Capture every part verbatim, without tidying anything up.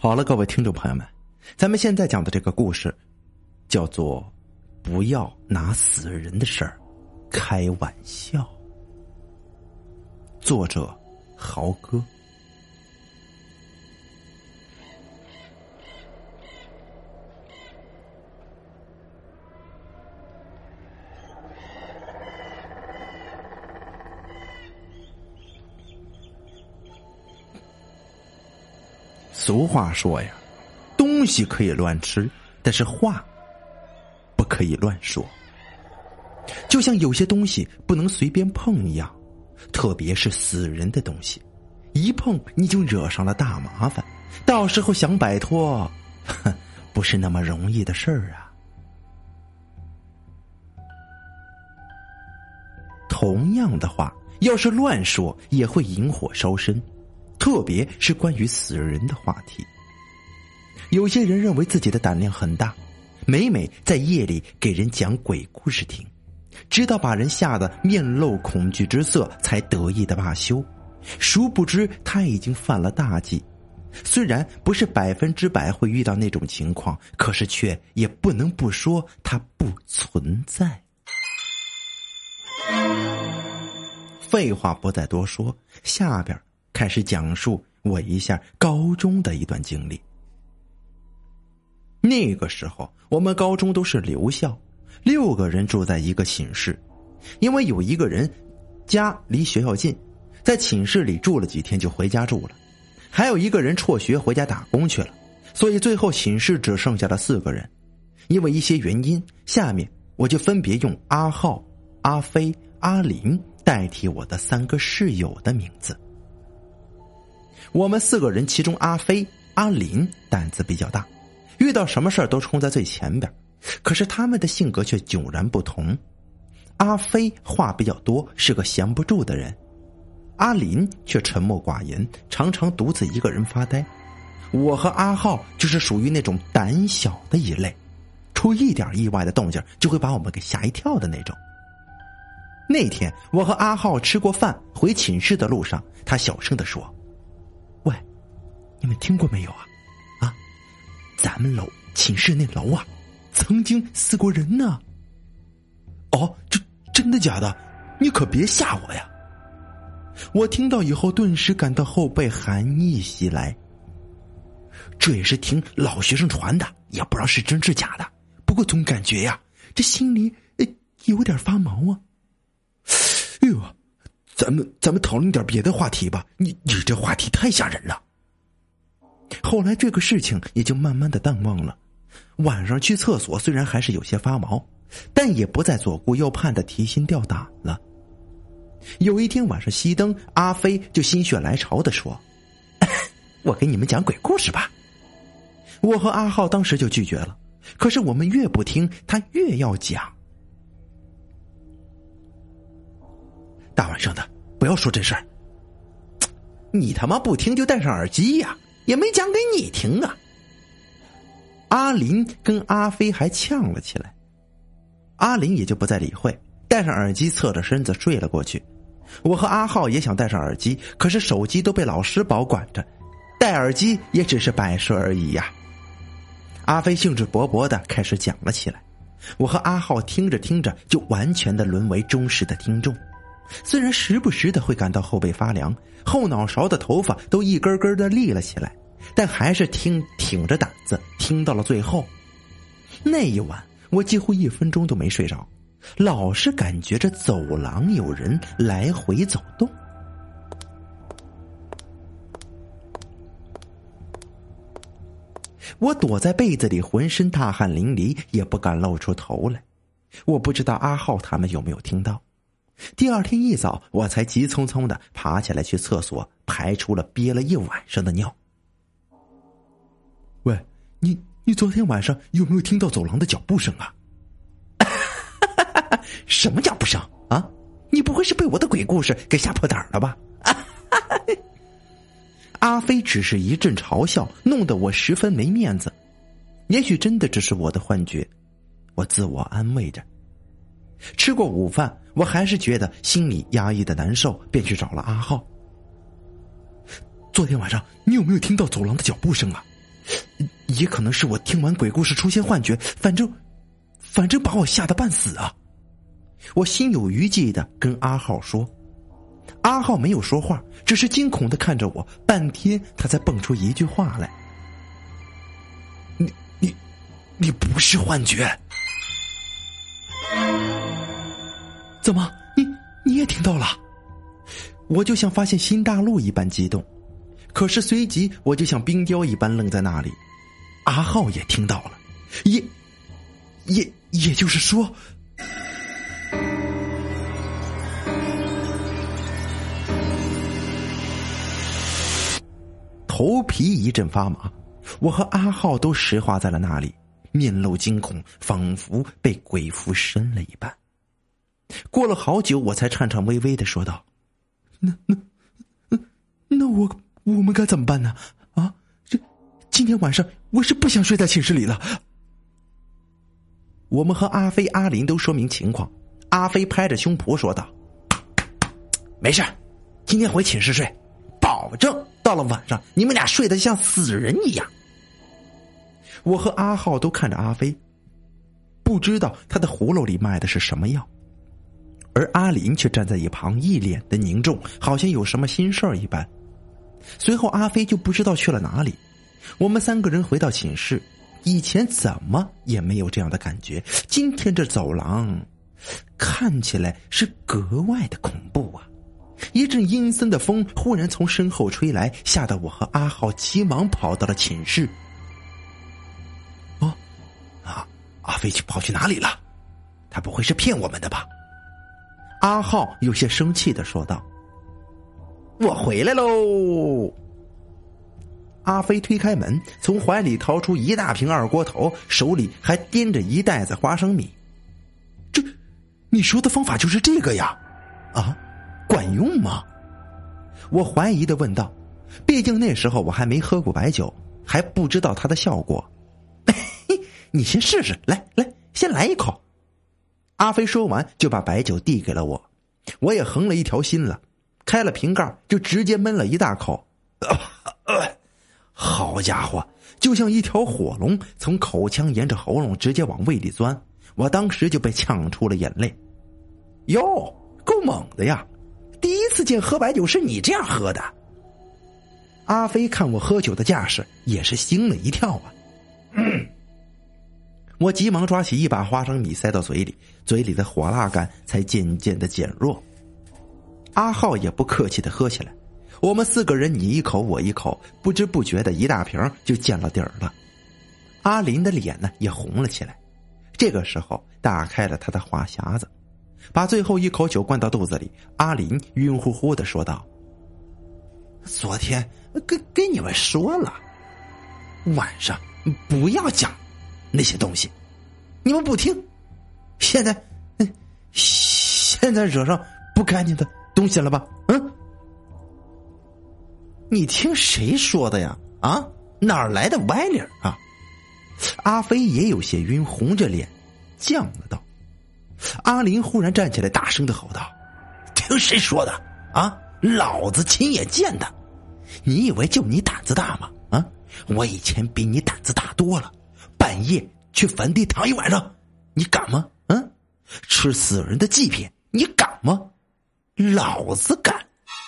好了，各位听众朋友们，咱们现在讲的这个故事叫做不要拿死人的事儿开玩笑。作者豪哥。俗话说呀，东西可以乱吃，但是话不可以乱说。就像有些东西不能随便碰一样，特别是死人的东西，一碰你就惹上了大麻烦，到时候想摆脱，不是那么容易的事儿啊。同样的话，要是乱说，也会引火烧身。特别是关于死人的话题，有些人认为自己的胆量很大，每每在夜里给人讲鬼故事听，直到把人吓得面露恐惧之色才得意的罢休。殊不知他已经犯了大忌，虽然不是百分之百会遇到那种情况，可是却也不能不说它不存在。废话不再多说，下边开始讲述我一下高中的一段经历。那个时候我们高中都是留校，六个人住在一个寝室，因为有一个人家离学校近，在寝室里住了几天就回家住了，还有一个人辍学回家打工去了，所以最后寝室只剩下了四个人。因为一些原因，下面我就分别用阿浩、阿飞、阿林代替我的三个室友的名字。我们四个人，其中阿飞、阿林胆子比较大，遇到什么事儿都冲在最前边，可是他们的性格却迥然不同。阿飞话比较多，是个闲不住的人，阿林却沉默寡言，常常独自一个人发呆。我和阿浩就是属于那种胆小的一类，出一点意外的动静就会把我们给吓一跳的那种。那天我和阿浩吃过饭回寝室的路上，他小声地说，喂，你们听过没有啊？啊，咱们楼寝室那楼啊，曾经死过人呢。哦，这真的假的？你可别吓我呀！我听到以后顿时感到后背寒意袭来。这也是听老学生传的，也不知道是真是假的，不过总感觉呀，这心里呃有点发毛啊。哎呦，咱们咱们讨论点别的话题吧，你你这话题太吓人了。后来这个事情也就慢慢的淡忘了。晚上去厕所虽然还是有些发毛，但也不再左顾右盼的提心吊胆了。有一天晚上熄灯，阿飞就心血来潮的说，我给你们讲鬼故事吧。我和阿浩当时就拒绝了，可是我们越不听他越要讲。大晚上的不要说这事儿。你他妈不听就戴上耳机呀，也没讲给你听啊。阿林跟阿飞还呛了起来，阿林也就不再理会，戴上耳机侧着身子睡了过去。我和阿浩也想戴上耳机，可是手机都被老师保管着，戴耳机也只是摆设而已呀。阿飞兴致勃勃地开始讲了起来，我和阿浩听着听着就完全的沦为忠实的听众。虽然时不时的会感到后背发凉，后脑勺的头发都一根根的立了起来，但还是听挺着胆子听到了最后。那一晚我几乎一分钟都没睡着，老是感觉着走廊有人来回走动。我躲在被子里浑身大汗淋漓，也不敢露出头来。我不知道阿浩他们有没有听到。第二天一早，我才急匆匆的爬起来去厕所，排出了憋了一晚上的尿。喂，你你昨天晚上有没有听到走廊的脚步声啊？什么脚步声啊？你不会是被我的鬼故事给吓破胆了吧？阿飞只是一阵嘲笑，弄得我十分没面子。也许真的只是我的幻觉，我自我安慰着。吃过午饭，我还是觉得心里压抑的难受，便去找了阿浩。昨天晚上你有没有听到走廊的脚步声啊？ 也可能是我听完鬼故事出现幻觉，反正反正把我吓得半死啊。我心有余悸的跟阿浩说。阿浩没有说话，只是惊恐的看着我，半天他才蹦出一句话来：你你你不是幻觉。怎么你你也听到了？我就像发现新大陆一般激动，可是随即我就像冰雕一般愣在那里。阿浩也听到了，也也也就是说，头皮一阵发麻，我和阿浩都石化在了那里，面露惊恐，仿佛被鬼附身了一般。过了好久，我才颤颤巍巍地说道：那那那我我们该怎么办呢？啊，这今天晚上我是不想睡在寝室里了。我们和阿飞、阿林都说明情况。阿飞拍着胸脯说道：没事，今天回寝室睡，保证到了晚上你们俩睡得像死人一样。我和阿浩都看着阿飞，不知道他的葫芦里卖的是什么药，而阿林却站在一旁一脸的凝重，好像有什么心事儿一般。随后阿飞就不知道去了哪里。我们三个人回到寝室，以前怎么也没有这样的感觉，今天这走廊看起来是格外的恐怖啊。一阵阴森的风忽然从身后吹来，吓得我和阿浩急忙跑到了寝室。哦，啊，阿飞去跑去哪里了？他不会是骗我们的吧？阿浩有些生气地说道：我回来喽。阿飞推开门，从怀里掏出一大瓶二锅头，手里还掂着一袋子花生米。这，你说的方法就是这个呀？啊，管用吗？我怀疑地问道，毕竟那时候我还没喝过白酒，还不知道它的效果。你先试试，来来，先来一口。阿飞说完就把白酒递给了我，我也横了一条心了，开了瓶盖就直接闷了一大口。呃呃好家伙，就像一条火龙从口腔沿着喉咙直接往胃里钻，我当时就被呛出了眼泪。哟，够猛的呀，第一次见喝白酒是你这样喝的。阿飞看我喝酒的架势也是惊了一跳啊。嗯，我急忙抓起一把花生米塞到嘴里，嘴里的火辣感才渐渐的减弱。阿浩也不客气的喝起来，我们四个人你一口我一口，不知不觉的一大瓶就见了底儿了。阿林的脸呢也红了起来，这个时候打开了他的话匣子，把最后一口酒灌到肚子里。阿林晕乎乎的说道：昨天跟跟你们说了，晚上不要讲那些东西，你们不听，现在现在惹上不干净的东西了吧？嗯，你听谁说的呀？啊，哪儿来的歪理啊？阿飞也有些晕，红着脸犟了道。阿林忽然站起来，大声的吼道：听谁说的啊？老子亲眼见的。你以为就你胆子大吗？啊，我以前比你胆子大多了，半夜去坟地躺一晚上，你敢吗？嗯，吃死人的祭品，你敢吗？老子敢。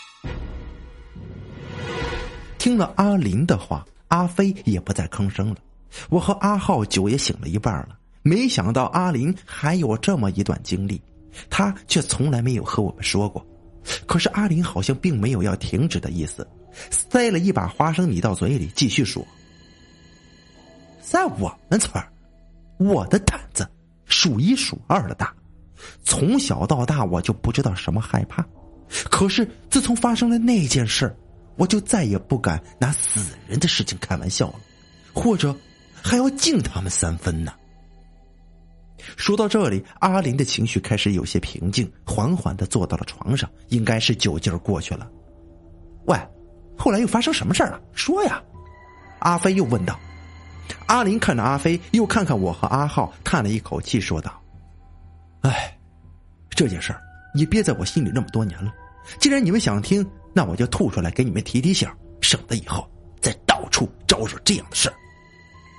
听了阿林的话，阿飞也不再吭声了。我和阿浩酒也醒了一半了，没想到阿林还有这么一段经历，他却从来没有和我们说过。可是阿林好像并没有要停止的意思，塞了一把花生米到嘴里，继续说：在我们村儿，我的胆子数一数二的大，从小到大我就不知道什么害怕，可是自从发生了那件事，我就再也不敢拿死人的事情开玩笑了，或者还要敬他们三分呢。说到这里，阿林的情绪开始有些平静，缓缓地坐到了床上，应该是酒劲儿过去了。喂，后来又发生什么事了？说呀！阿飞又问道。阿林看着阿飞，又看看我和阿浩，叹了一口气说道：哎，这件事儿也憋在我心里那么多年了，既然你们想听，那我就吐出来给你们提提醒，省得以后再到处招惹这样的事儿。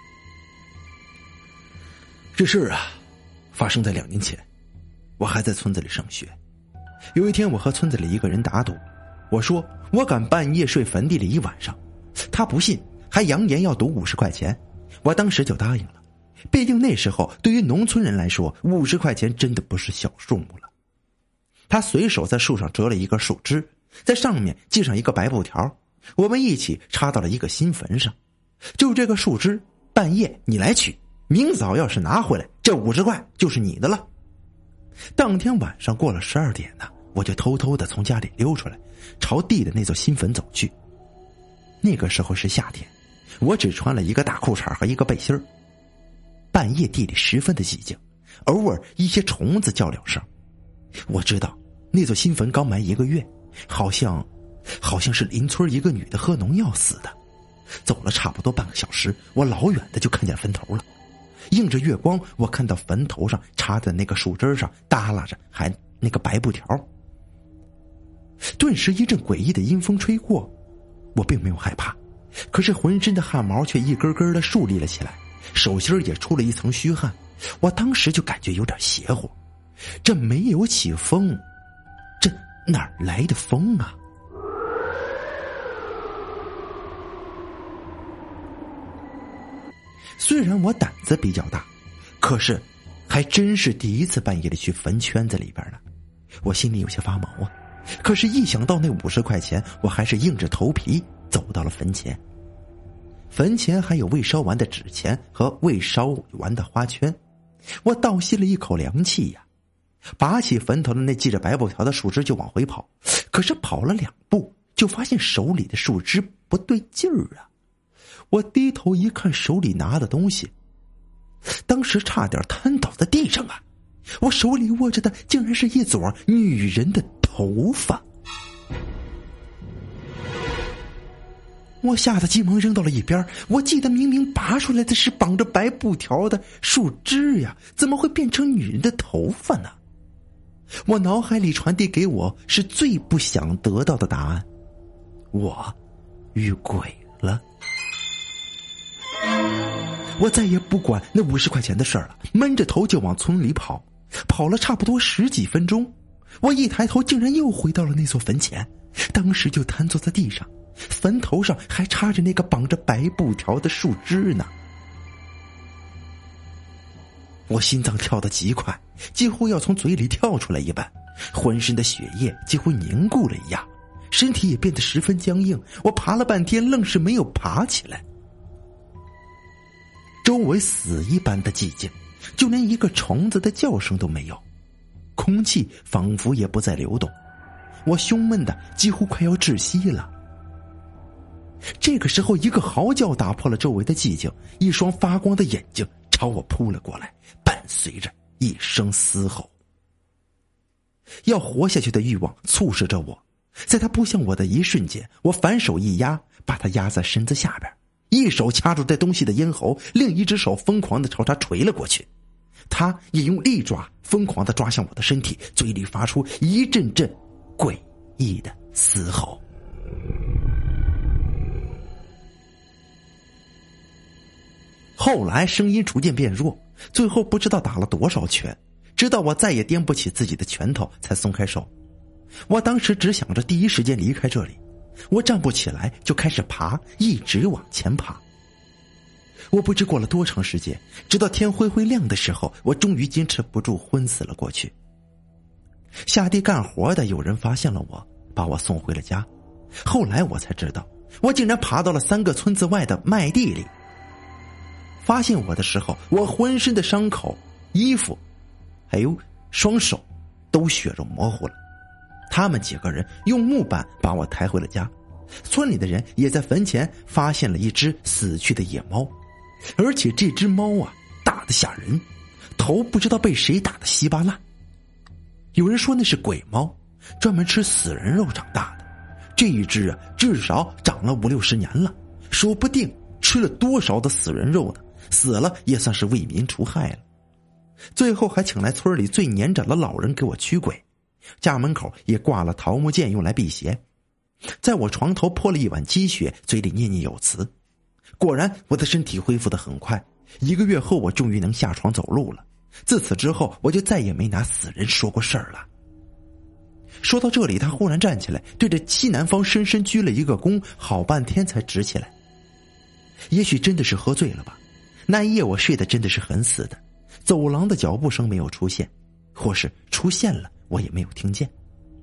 这事啊，发生在两年前，我还在村子里上学。有一天，我和村子里一个人打赌，我说我敢半夜睡坟地里一晚上，他不信，还扬言要赌五十块钱。我当时就答应了，毕竟那时候对于农村人来说，五十块钱真的不是小数目了。他随手在树上折了一根树枝，在上面系上一个白布条，我们一起插到了一个新坟上。就这个树枝，半夜你来取，明早要是拿回来，这五十块就是你的了。当天晚上过了十二点呢，我就偷偷的从家里溜出来，朝地的那座新坟走去。那个时候是夏天，我只穿了一个大裤衩和一个背心儿。半夜地里十分的寂静，偶尔一些虫子叫两声。我知道那座新坟刚埋一个月，好像好像是邻村一个女的喝农药死的。走了差不多半个小时，我老远的就看见坟头了。映着月光，我看到坟头上插在那个树枝上耷拉着还那个白布条。顿时一阵诡异的阴风吹过，我并没有害怕，可是浑身的汗毛却一根根的竖立了起来，手心也出了一层虚汗。我当时就感觉有点邪乎，这没有起风，这哪儿来的风啊？虽然我胆子比较大，可是还真是第一次半夜里去坟圈子里边呢，我心里有些发毛啊。可是一想到那五十块钱，我还是硬着头皮走到了坟前。坟前还有未烧完的纸钱和未烧完的花圈，我倒吸了一口凉气呀，拔起坟头的那系着白布条的树枝就往回跑。可是跑了两步，就发现手里的树枝不对劲儿啊。我低头一看，手里拿的东西，当时差点瘫倒在地上啊！我手里握着的竟然是一撮女人的头发。我吓得急忙扔到了一边。我记得明明拔出来的是绑着白布条的树枝呀，怎么会变成女人的头发呢？我脑海里传递给我是最不想得到的答案，我遇鬼了。我再也不管那五十块钱的事儿了，闷着头就往村里跑。跑了差不多十几分钟，我一抬头竟然又回到了那座坟前，当时就瘫坐在地上，坟头上还插着那个绑着白布条的树枝呢。我心脏跳得极快，几乎要从嘴里跳出来一般，浑身的血液几乎凝固了一样，身体也变得十分僵硬。我爬了半天，愣是没有爬起来。周围死一般的寂静，就连一个虫子的叫声都没有，空气仿佛也不再流动。我胸闷的几乎快要窒息了。这个时候，一个嚎叫打破了周围的寂静，一双发光的眼睛朝我扑了过来，伴随着一声嘶吼。要活下去的欲望促使着我，在他扑向我的一瞬间，我反手一压，把他压在身子下边，一手掐住这东西的咽喉，另一只手疯狂地朝他捶了过去。他也用利爪疯狂地抓向我的身体，嘴里发出一阵阵诡异的嘶吼。后来声音逐渐变弱，最后不知道打了多少拳，直到我再也掂不起自己的拳头才松开手。我当时只想着第一时间离开这里，我站不起来，就开始爬，一直往前爬。我不知过了多长时间，直到天灰灰亮的时候，我终于坚持不住昏死了过去。下地干活的有人发现了我，把我送回了家。后来我才知道，我竟然爬到了三个村子外的麦地里。发现我的时候，我浑身的伤口、衣服还有双手都血肉模糊了。他们几个人用木板把我抬回了家。村里的人也在坟前发现了一只死去的野猫，而且这只猫啊大得吓人，头不知道被谁打得稀巴烂。有人说那是鬼猫，专门吃死人肉长大的。这一只啊至少长了五六十年了，说不定吃了多少的死人肉呢，死了也算是为民除害了。最后还请来村里最年长的老人给我驱鬼，家门口也挂了桃木剑用来辟邪，在我床头泼了一碗鸡血，嘴里念念有词。果然我的身体恢复得很快， 一个月后，我终于能下床走路了。自此之后，我就再也没拿死人说过事儿了。说到这里，他忽然站起来，对着西南方深深鞠了一个躬，好半天才直起来。也许真的是喝醉了吧，那一夜我睡得真的是很死的，走廊的脚步声没有出现，或是出现了我也没有听见。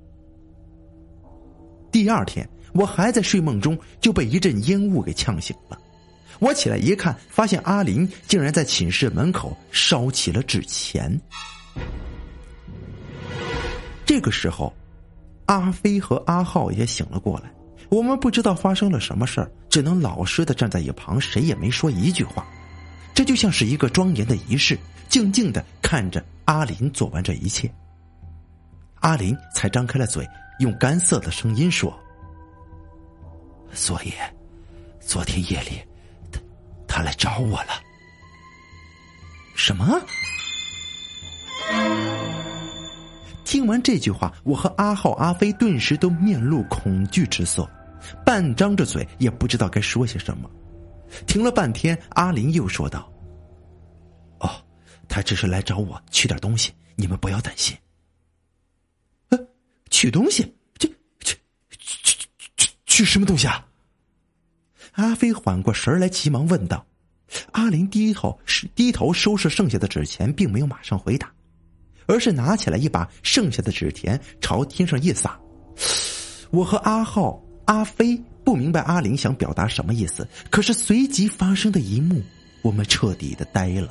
第二天我还在睡梦中，就被一阵烟雾给呛醒了。我起来一看，发现阿林竟然在寝室门口烧起了纸钱。这个时候阿飞和阿浩也醒了过来，我们不知道发生了什么事儿，只能老实的站在一旁，谁也没说一句话。这就像是一个庄严的仪式，静静的看着阿林做完这一切。阿林才张开了嘴，用干涩的声音说：所以昨天夜里他他来找我了。什么？听完这句话，我和阿浩、阿飞顿时都面露恐惧之色，半张着嘴也不知道该说些什么。停了半天，阿林又说道：哦，他只是来找我取点东西，你们不要担心。呃，取东西？这这取取取什么东西啊？阿飞缓过神来，急忙问道。阿林低头是低头收拾剩下的纸钱，并没有马上回答，而是拿起来一把剩下的纸钱朝天上一撒。我和阿浩、阿飞不明白阿林想表达什么意思，可是随即发生的一幕，我们彻底的呆了。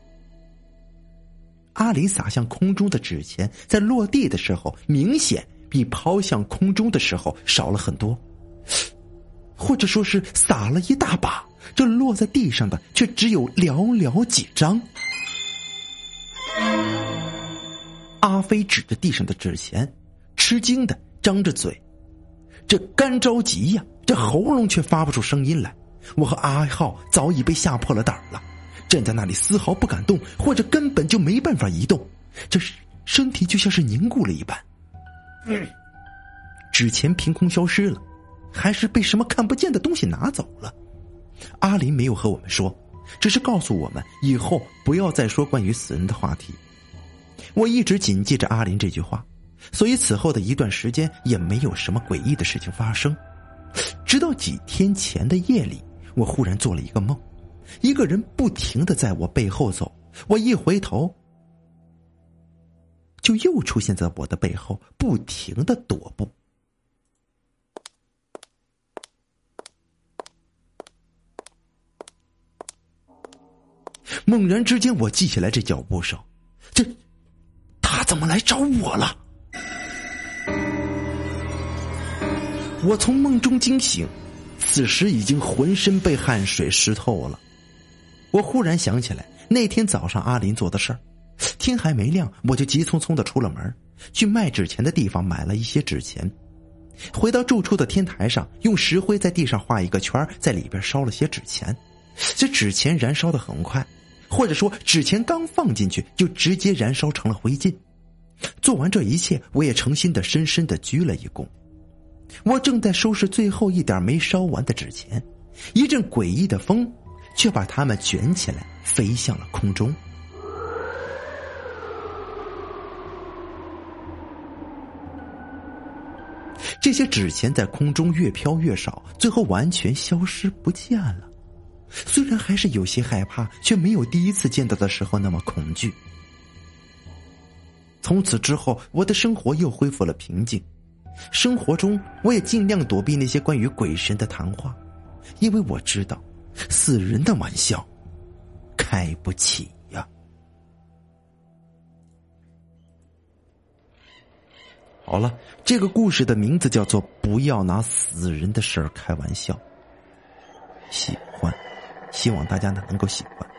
阿林撒向空中的纸钱，在落地的时候，明显比抛向空中的时候少了很多，或者说是撒了一大把，这落在地上的却只有寥寥几张。阿飞指着地上的纸钱，吃惊的张着嘴，这干着急呀，这喉咙却发不出声音来。我和阿浩早已被吓破了胆了，站在那里丝毫不敢动，或者根本就没办法移动，这身体就像是凝固了一般。嗯，纸钱凭空消失了，还是被什么看不见的东西拿走了。阿林没有和我们说，只是告诉我们以后不要再说关于死人的话题。我一直谨记着阿林这句话，所以此后的一段时间也没有什么诡异的事情发生。直到几天前的夜里，我忽然做了一个梦，一个人不停地在我背后走，我一回头就又出现在我的背后，不停地踱步。猛然之间我记起来这脚步声，这他怎么来找我了？我从梦中惊醒，此时已经浑身被汗水湿透了。我忽然想起来那天早上阿林做的事儿，天还没亮我就急匆匆的出了门，去卖纸钱的地方买了一些纸钱，回到住处的天台上，用石灰在地上画一个圈，在里边烧了些纸钱。这纸钱燃烧得很快，或者说纸钱刚放进去就直接燃烧成了灰烬。做完这一切，我也诚心的深深的鞠了一躬。我正在收拾最后一点没烧完的纸钱，一阵诡异的风却把它们卷起来飞向了空中。这些纸钱在空中越飘越少，最后完全消失不见了。虽然还是有些害怕，却没有第一次见到的时候那么恐惧。从此之后，我的生活又恢复了平静。生活中我也尽量躲避那些关于鬼神的谈话，因为我知道死人的玩笑开不起呀。好了，这个故事的名字叫做不要拿死人的事儿开玩笑。喜欢，希望大家呢能够喜欢。